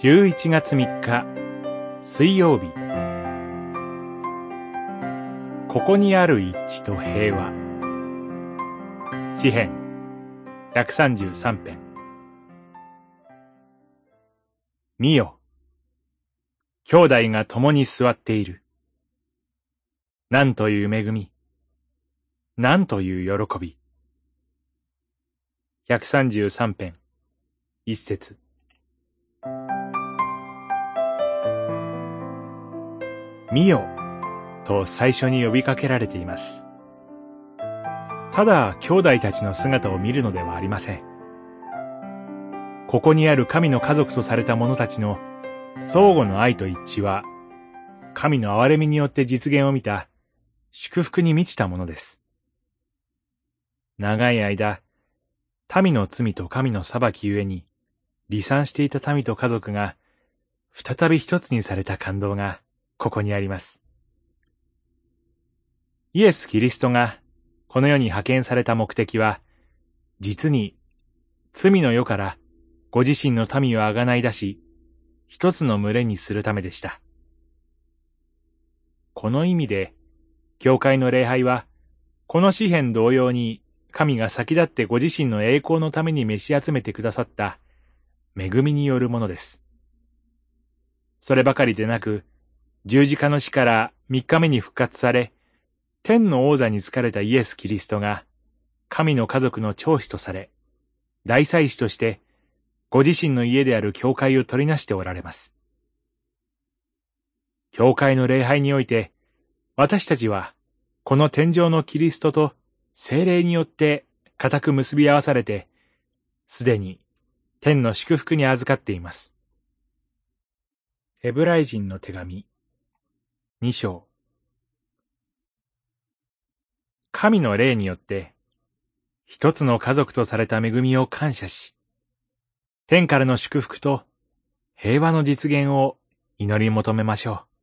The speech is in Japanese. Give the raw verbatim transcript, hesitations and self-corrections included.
じゅういちがつみっか水曜日。ここにある一致と平和。詩編ひゃくさんじゅうさんぺん。見よ、兄弟が共に座っている。なんという恵み、なんという喜び。ひゃくさんじゅうさんぺん一節。見よと最初に呼びかけられています。ただ兄弟たちの姿を見るのではありません。ここにある神の家族とされた者たちの相互の愛と一致は、神の憐れみによって実現を見た祝福に満ちたものです。長い間、民の罪と神の裁きゆえに離散していた民と家族が再び一つにされた感動がここにあります。イエス・キリストがこの世に派遣された目的は、実に罪の世からご自身の民をあがない出し、一つの群れにするためでした。この意味で、教会の礼拝は、この詩編同様に神が先立ってご自身の栄光のために召し集めてくださった恵みによるものです。そればかりでなく、十字架の死から三日目に復活され、天の王座に就かれたイエス・キリストが、神の家族の長子とされ、大祭司として、ご自身の家である教会を取りなしておられます。教会の礼拝において、私たちは、この天上のキリストと聖霊によって固く結び合わされて、すでに天の祝福に預かっています。ヘブライ人の手紙、に章。神の霊によって、一つの家族とされた恵みを感謝し、天からの祝福と平和の実現を祈り求めましょう。